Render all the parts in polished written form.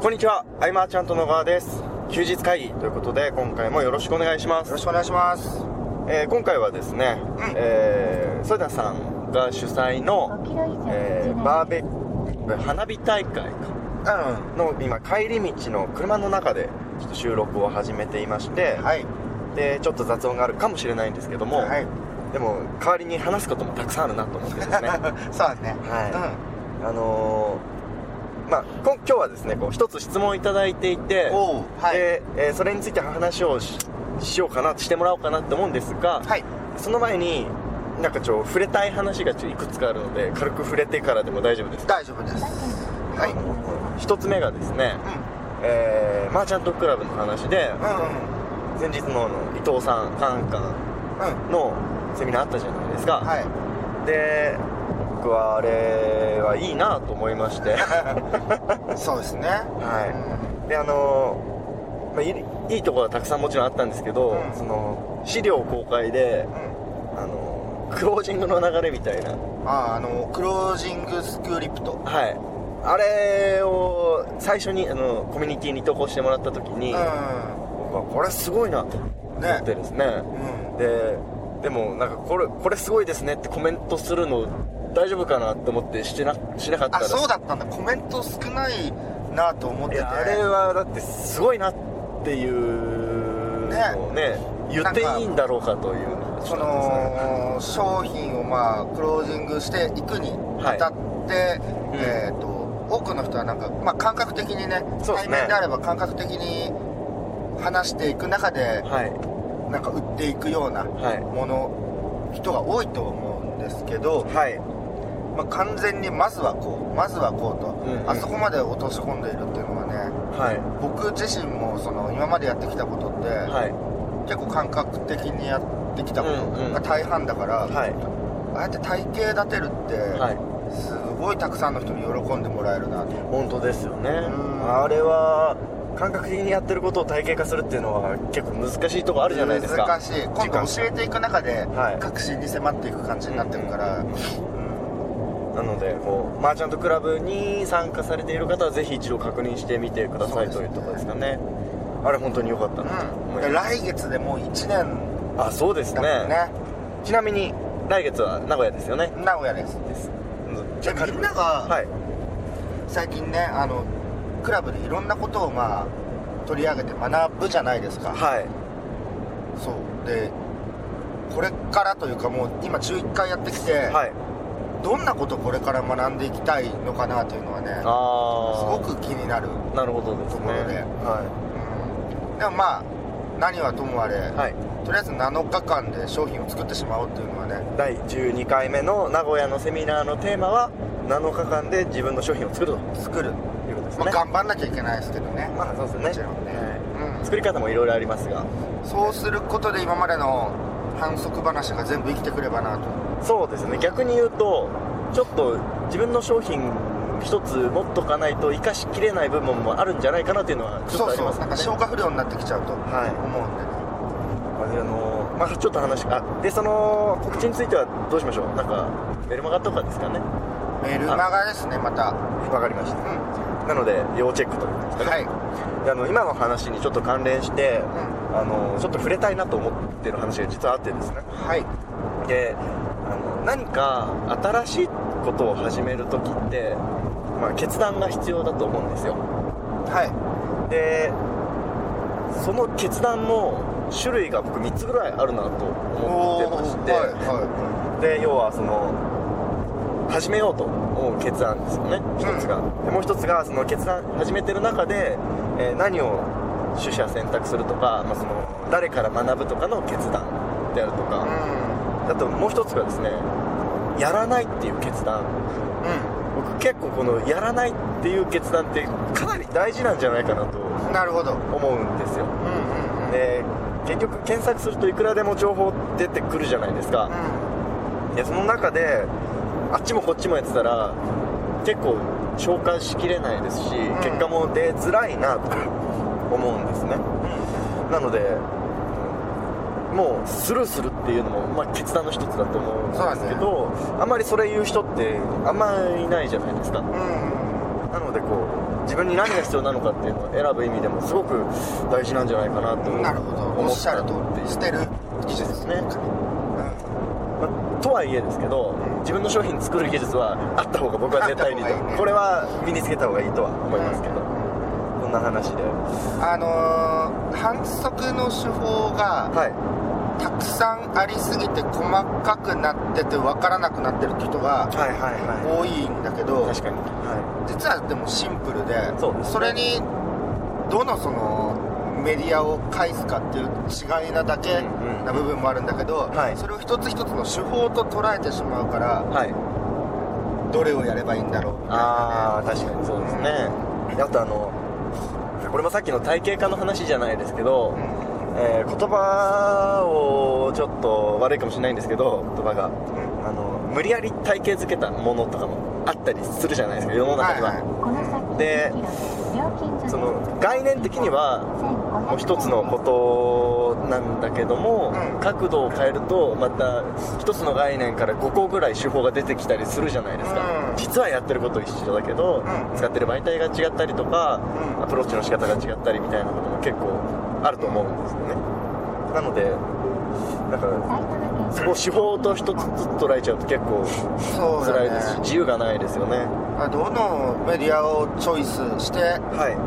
こんにちは、アイマーちゃんと野川です。休日会議ということで今回もよろしくお願いします。 よろしくお願いします。 今回はですね、ソダさんが主催の、花火大会の今帰り道の車の中でちょっと収録を始めていまして、 はい、 でちょっと雑音があるかもしれないんですけども、 はい、 でも代わりに話すこともたくさんあるなと思ってですねそうだね、 はい、今日はですねこう一つ質問をいただいていて、 はい、 で、それについて話を しようかなしてもらおうかなって思うんですが、 はい、 その前になんか触れたい話がいくつかあるので軽く触れてからでも大丈夫ですか？ 大丈夫です。はい。 一つ目がですね、マーチャントクラブの話で、前日の伊藤さんカンカンのセミナーあったじゃないですか。 はい。 で僕はあれはいいなと思いましてそうですね。 はい。でいいところはたくさんもちろんあったんですけど、その資料公開で、クロージングの流れみたいな、 クロージングスクリプト、 はい、あれを最初にコミュニティに投稿してもらった時に、僕はこれすごいなと思ってですね、でもなんかこれすごいですねってコメントするの大丈夫かなって思ってしなかったら、 そうだったんだ。コメント少ないなと思ってて、 あれはだってすごいなっていうのをね言っていいんだろうかというその商品をクロージングしていくにあたって、多くの人はなんか、感覚的にね、対面であれば感覚的に話していく中で、なんか売っていくようなもの、人が多いと思うんですけど、完全にまずはこうと、あそこまで落とし込んでいるっていうのはね、僕自身も今までやってきたことって、結構感覚的にやってきたことが大半だから、ああやって体系立てるって、すごいたくさんの人に喜んでもらえるなと。 本当ですよね。あれは感覚的にやってることを体系化するっていうのは結構難しいとこあるじゃないですか。 難しい。今度教えていく中で、確信に迫っていく感じになってるから、 なのでマーチャントクラブに参加されている方はぜひ一度確認してみてくださいというところですかね。あれ本当に良かったなと思います。 来月でもう1年。 そうですね。ちなみに来月は名古屋ですよね。 名古屋です。じゃあみんなが、最近ねクラブでいろんなことを取り上げて学ぶじゃないですか。そうでこれからというかもう今11回やってきて、どんなことをこれから学んでいきたいのかなというのはね、すごく気になるところで、でも何はともあれ、とりあえず7日間で商品を作ってしまおうっていうのはね、 第12回目の名古屋のセミナーのテーマは7日間で自分の商品を作るということですね。 頑張んなきゃいけないですけどね。 そうですね。 もちろんね、 作り方もいろいろありますが、 そうすることで今までの反則話が全部生きてくればなと。 そうですね。逆に言うとちょっと自分の商品一つ持っとかないと生かしきれない部分もあるんじゃないかなっていうのはちょっとありますね。 なんか消化不良になってきちゃうと思うんでね、 ちょっと話でその告知についてはどうしましょう。なんかメルマガとかですかね。 メルマガですね。また分かりました、なので要チェックということですかね。で今の話にちょっと関連して、ちょっと触れたいなと思ってる話が実はあってですね。で何か新しいことを始めるときって、決断が必要だと思うんですよ。でその決断も種類が僕3つぐらいあるなと思ってまして、で要は始めようと思う決断ですよね、一つが。でもう一つがその決断始めてる中で、何を取捨選択するとか、誰から学ぶとかの決断であるとか、あともう一つがですね、やらないっていう決断。僕結構このやらないっていう決断ってかなり大事なんじゃないかなと思うんですよ。で結局検索するといくらでも情報出てくるじゃないですか。でその中であっちもこっちもやってたら結構消化しきれないですし、結果も出づらいなと思うんですね。なのでもうスルーするっていうのも、決断の一つだと思うんですけど、あんまりそれ言う人ってあんまりいないじゃないですか。なので自分に何が必要なのかっていうのを選ぶ意味でもすごく大事なんじゃないかなと思った。 なるほど、おっしゃる通り、捨てる技術ですね。 とはいえですけど、自分の商品作る技術はあった方が僕は絶対にいいと、これは身につけた方がいいとは思いますけど、こんな話で反則の手法が、たくさんありすぎて細かくなってて分からなくなってるって人が多いんだけど、 確かに、 実はでもシンプルで、それにどのそのメディアを介すかっていう違いなだけな部分もあるんだけど、それを一つ一つの手法と捉えてしまうから、どれをやればいいんだろうみたいな、 確かにそうですね。あとこれもさっきの体系化の話じゃないですけど、言葉をちょっと悪いかもしれないんですけど、言葉が、無理やり体系づけたものとかもあったりするじゃないですか、世の中には。で、その概念的にはもう一つのことなんだけども、角度を変えるとまた一つの概念から5個ぐらい手法が出てきたりするじゃないですか。実はやってること一緒だけど、使ってる媒体が違ったりとか、アプローチの仕方が違ったりみたいなことも結構あると思うんですよね。なのでだからそこを手法と一つずつ捉えちゃうと結構辛いですし、自由がないですよね。 どのメディアをチョイスして、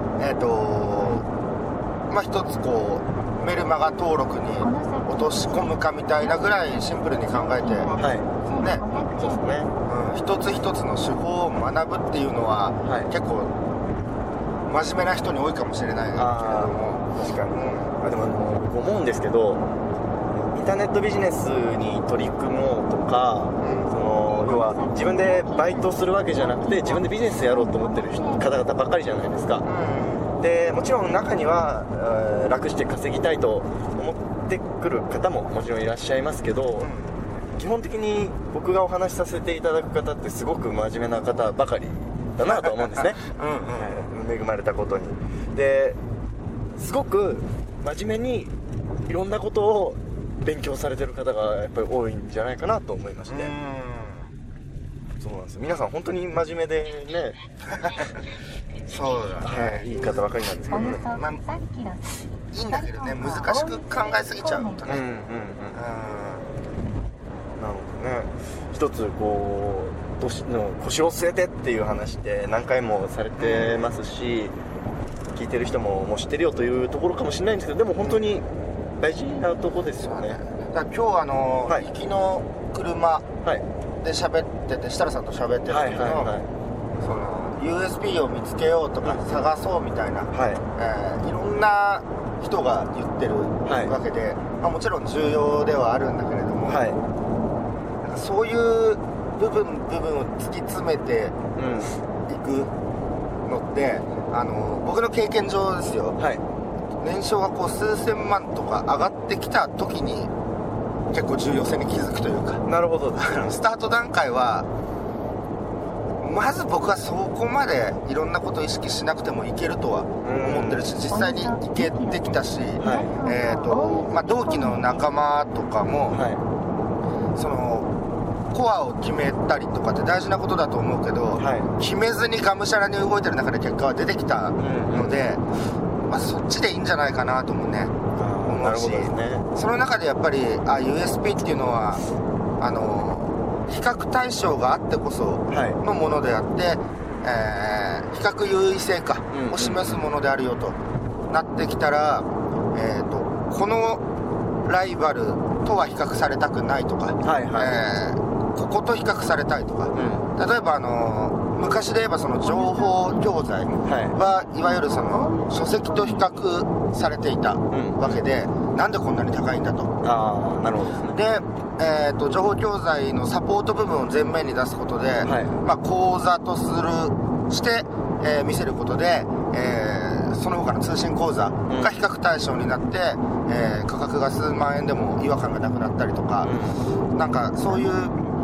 一つこうメルマガ登録に落とし込むかみたいなぐらいシンプルに考えて、 そうですね、 一つ一つの手法を学ぶっていうのは、結構真面目な人に多いかもしれないけれども、 確かに、でも僕思うんですけど、インターネットビジネスに取り組もうとか、要は自分でバイトするわけじゃなくて自分でビジネスやろうと思ってる方々ばっかりじゃないですか。でもちろん中には楽して稼ぎたいと思ってくる方ももちろんいらっしゃいますけど、基本的に僕がお話しさせていただく方ってすごく真面目な方ばかりだなと思うんですね。恵まれたことに。ですごく真面目にいろんなことを勉強されてる方がやっぱり多いんじゃないかなと思いまして、そうなんですよ。皆さん本当に真面目でねそうだね、 いい方ばかりなんですけどね、 いいんだけどね、難しく考えすぎちゃうとね。なるほどね。 一つこう腰を据えてっていう話って何回もされてますし、聞いてる人ももう知ってるよというところかもしれないんですけど、でも本当に大事なとこですよね。 だから今日行きの車で喋ってて、設楽さんと喋ってる時の、その USP を見つけようとか探そうみたいな、いろんな人が言ってるわけで、もちろん重要ではあるんだけれども、なんかそういう部分を突き詰めていくのって、僕の経験上ですよ、年商がこう数千万とか上がってきた時に結構重要性に気づくというか。 なるほどですね。 スタート段階はまず僕はそこまでいろんなことを意識しなくてもいけるとは思ってるし、実際にいけてきたし、同期の仲間とかも、そのコアを決めたりとかって大事なことだと思うけど、決めずにがむしゃらに動いてる中で結果は出てきたので、そっちでいいんじゃないかなともね思うし、その中でやっぱりUSP っていうのは比較対象があってこそのものであって、比較優位性かを示すものであるよとなってきたら、このライバルとは比較されたくないとか、ここと比較されたいとか、例えば昔で言えばその情報教材はいわゆるその書籍と比較されていたわけで、なんでこんなに高いんだと。 なるほどですね。で、情報教材のサポート部分を前面に出すことで、講座として、見せることで、その他の通信講座が比較対象になって、価格が数万円でも違和感がなくなったりとか、なんかそういう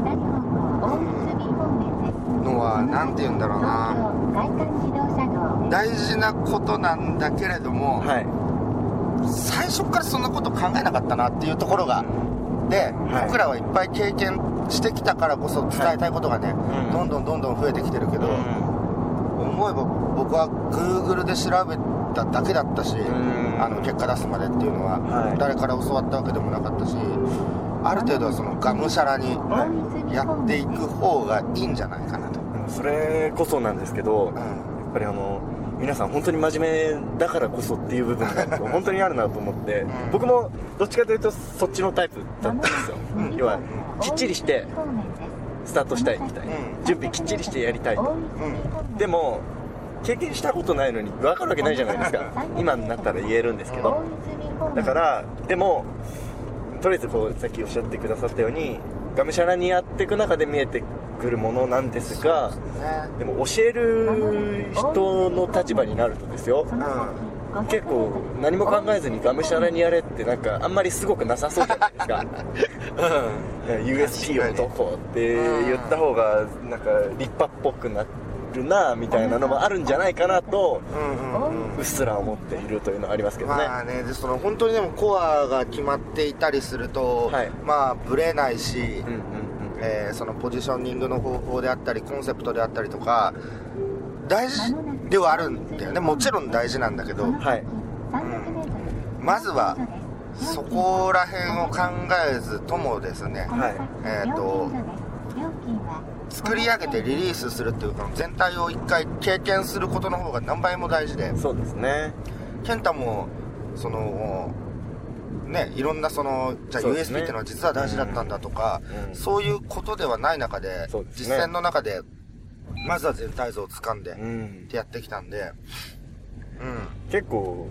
のはなんて言うんだろうな、大事なことなんだけれども、最初からそんなこと考えなかったなっていうところがで、僕らはいっぱい経験してきたからこそ伝えたいことがね、どんどん増えてきてるけど、思思えば僕は Google で調べただけだったし、結果出すまでっていうのは、はい、誰から教わったわけでもなかったし、ある程度はそのがむしゃらにやっていく方がいいんじゃないかなと。 それこそなんですけど、やっぱり皆さん本当に真面目だからこそっていう部分が本当にあるなと思って、僕もどっちかというとそっちのタイプだったんですよ。要はきっちりしてスタートしたいみたいな、準備きっちりしてやりたいと、でも経験したことないのに分かるわけないじゃないですか。今になったら言えるんですけど、だからでもとりあえずこうさっきおっしゃってくださったようにがむしゃらにやっていく中で見えてくるものなんですが、でも教える人の立場になるとですよ、結構何も考えずにがむしゃらにやれってなんかあんまりすごくなさそうじゃないですか。USP をどこって言った方がなんか立派っぽくなるなみたいなのもあるんじゃないかなとうっすら思っているというのはありますけどね。 まあね、でその本当にでもコアが決まっていたりすると、はい、まあブレないし、そのポジショニングの方法であったりコンセプトであったりとか大事ではあるんだよね。もちろん大事なんだけど、はい、まずはそこら辺を考えずともですね、はい、作り上げてリリースするっていうか全体を一回経験することの方が何倍も大事で。 そうですね。 健太もそのね、いろんなそのじゃあ USB っていうのは実は大事だったんだとか、そういうことではない中で、実践の中でまずは全体像を掴んでってやってきたんで、 結構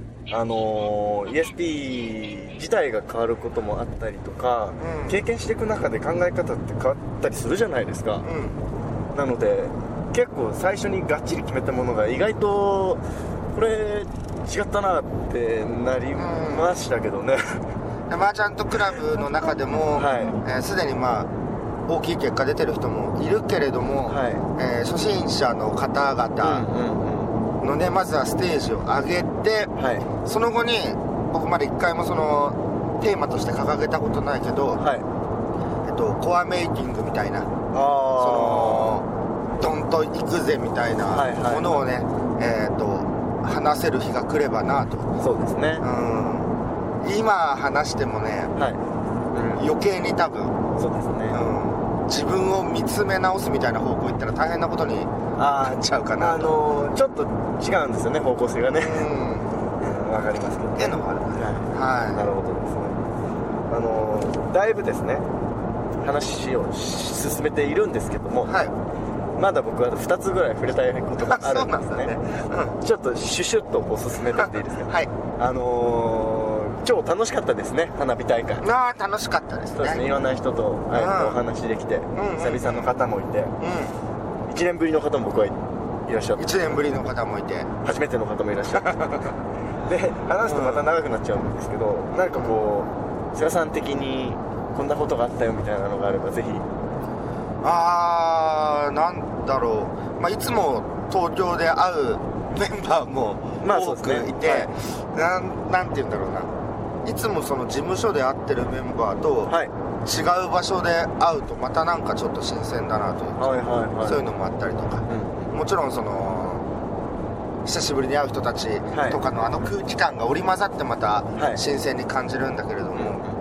ESP 自体が変わることもあったりとか、経験していく中で考え方って変わったりするじゃないですか。なので結構最初にがっちり決めたものが意外とこれ違ったなってなりましたけどね。 マーチャントクラブの中でもすでにまあ大きい結果出てる人もいるけれども、初心者の方々のね、まずはステージを上げて、その後に僕まで一回もそのテーマとして掲げたことないけど、コアメイキングみたいな、そのドンと行くぜみたいなものをね、話せる日が来ればなと。 そうですね。 今話してもね、余計に多分そうですね、 自分を見つめ直すみたいな方向行ったら大変なことになっちゃうかなと。 ちょっと違うんですよね、方向性がね。わかりますけど、ね。 っていうのもあるね。 なるほどですね。だいぶですね、話を進めているんですけども、まだ僕は2つぐらい触れたいことがあるんですね。ちょっとシュシュッとこう進めてっていいですか。超楽しかったですね、花火大会。 楽しかったですね。 そうですね、いろんな人とお話できて、久々の方もいて、1年ぶりの方も僕はいらっしゃって、 1年ぶりの方もいて、 初めての方もいらっしゃってで、話すとまた長くなっちゃうんですけど、なんかこう菅さん的にこんなことがあったよみたいなのがあればぜひ。 なんだろう、いつも東京で会うメンバーも多くいて、なんて言うんだろうな、いつもその事務所で会ってるメンバーと違う場所で会うとまたなんかちょっと新鮮だなというか、そういうのもあったりとか、もちろんその久しぶりに会う人たちとかの空気感が織り交ざってまた新鮮に感じるんだけれども、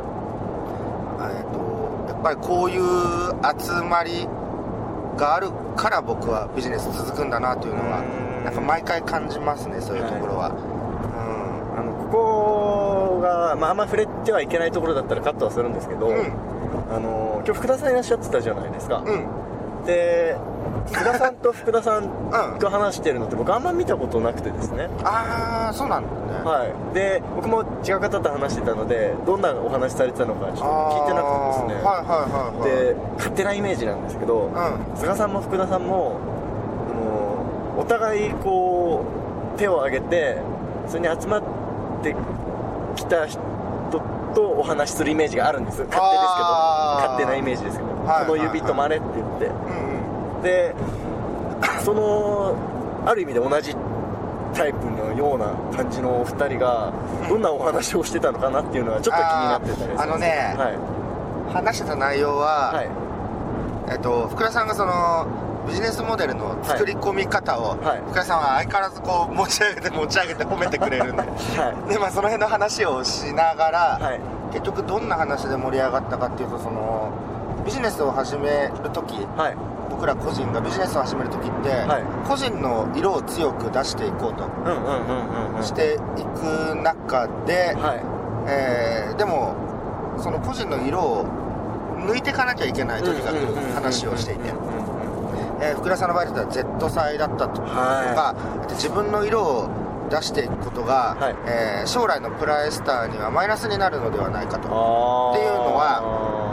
やっぱりこういう集まりがあるから僕はビジネス続くんだなというのはなんか毎回感じますね、そういうところは。 ここが、あんま触れてはいけないところだったらカットはするんですけど、今日福田さんいらっしゃってたじゃないですか。で、菅さんと福田さんが話してるのって僕あんま見たことなくてですね。 そうなんだね。 で、僕も違う方と話してたのでどんなお話されてたのかちょっと聞いてなくてですね。で、勝手なイメージなんですけど、菅さんも福田さんもお互いこう手を挙げてそれに集まってきた人とお話しするイメージがあるんです。勝手ですけど、勝手なイメージですけど、この指止まれって言って、で、そのある意味で同じタイプのような感じのお二人がどんなお話をしてたのかなっていうのはちょっと気になってたりするんです。 話してた内容は、福田さんがそのビジネスモデルの作り込み方を、福田さんは相変わらずこう持ち上げて褒めてくれるんで、でその辺の話をしながら、結局どんな話で盛り上がったかっていうと、そのビジネスを始める時、僕ら個人がビジネスを始める時って、個人の色を強く出していこうとしていく中で、でもその個人の色を抜いていかなきゃいけないとにかく話をしていて、福田さんの場合だったら Z 歳だったとか、自分の色を出していくことが、将来のプライスターにはマイナスになるのではないかとっていうのは、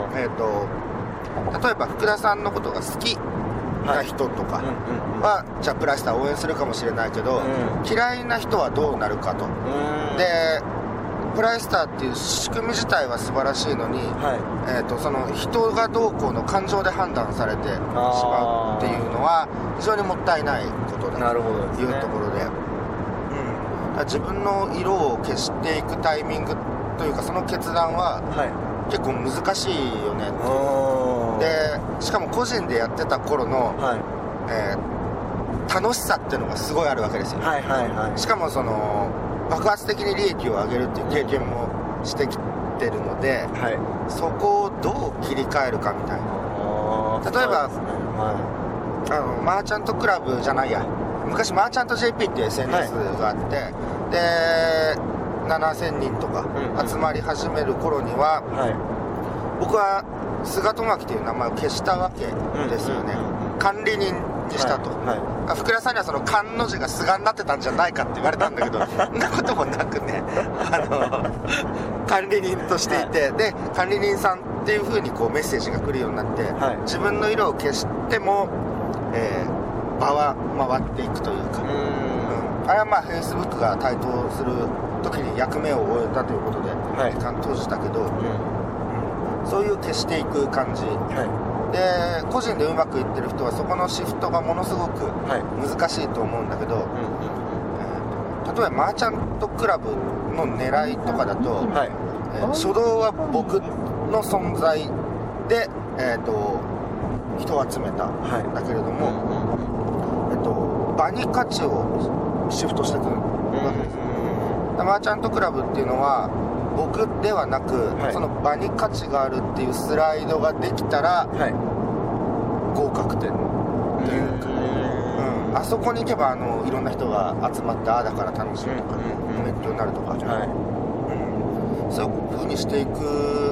例えば福田さんのことが好きな人とかは、じゃあプライスターを応援するかもしれないけど、嫌いな人はどうなるかと。でプライスターっていう仕組み自体は素晴らしいのに、その人がどうこうの感情で判断されてしまうっていうのは非常にもったいないことだというところで、自分の色を消していくタイミングというか、その決断は結構難しいよねってで、しかも個人でやってた頃の、楽しさっていうのがすごいあるわけですよ。しかもその爆発的に利益を上げるっていう経験もしてきてるので、そこをどう切り替えるかみたいな。例えば、マーチャントクラブじゃないや、昔マーチャント JP っていう SNS があって、で7000人とか集まり始める頃には、僕は菅智明っていう名前を消したわけですよね。管理人にしたと、福田さんにはその官の字が菅になってたんじゃないかって言われたんだけどそんなこともなくね、管理人としていて、で管理人さんっていう風にこうメッセージが来るようになって、自分の色を消しても、場は回っていくというか、あれはまあ Facebook が台頭する時に役目を終えたということで時間閉じたけど、そういう消していく感じ、で個人でうまくいってる人はそこのシフトがものすごく難しいと思うんだけど、例えばマーチャントクラブの狙いとかだと、初動は僕の存在で、人を集めたんだけれども、場に価値をシフトしてくるわけです。マーチャントクラブっていうのは僕ではなく、その場に価値があるっていうスライドができたら、合格点というか、あそこに行けばいろんな人が集まってああだから楽しいとか、勉強になるとか、そういう風にしていく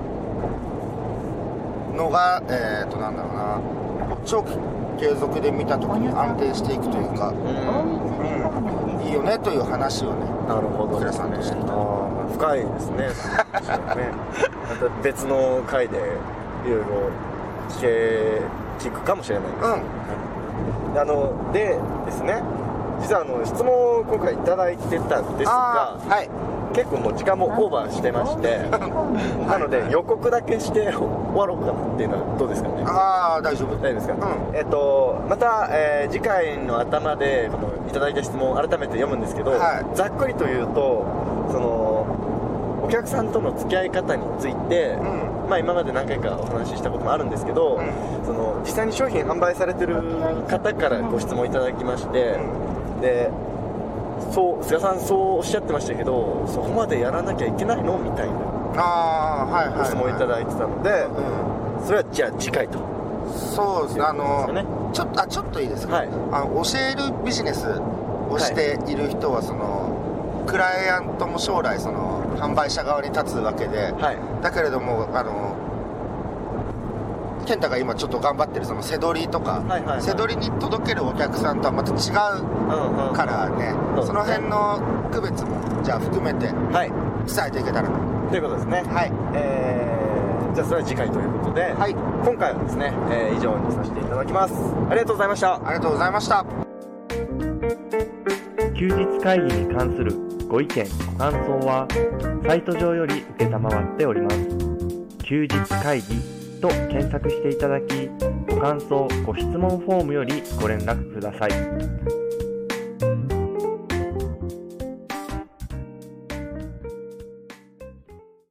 のがなんだろうな、長期継続で見た時に安定していくというか、いいよねという話をね、福田さんとしていた。 深いですね。また別の回でいろいろ聞くかもしれないです。でですね、実は質問を今回いただいてたんですが、結構もう時間もオーバーしてましてなので予告だけして終わろうかなっていうのはどうですかね。 大丈夫ですか。また、次回の頭でこのいただいた質問を改めて読むんですけど、ざっくりと言うと、そのお客さんとの付き合い方について、今まで何回かお話ししたこともあるんですけど、その実際に商品販売されてる方からご質問いただきまして、で菅さんそうおっしゃってましたけど、そこまでやらなきゃいけないのみたいなご質問いただいてたので、それはじゃあ次回と。 そうですね、ちょっといいですか。教えるビジネスをしている人は、そのクライアントも将来その販売者側に立つわけで、だけれども健太が今ちょっと頑張ってるその背取りとか、背取りに届けるお客さんとはまた違うからね、その辺の区別もじゃあ含めて伝えていけたらということですね。じゃあそれは次回ということで、今回はですね、以上にさせていただきます。ありがとうございました。 ありがとうございました。 休日会議に関するご意見ご感想はサイト上より承っております。休日会議と検索していただき、ご感想ご質問フォームよりご連絡ください。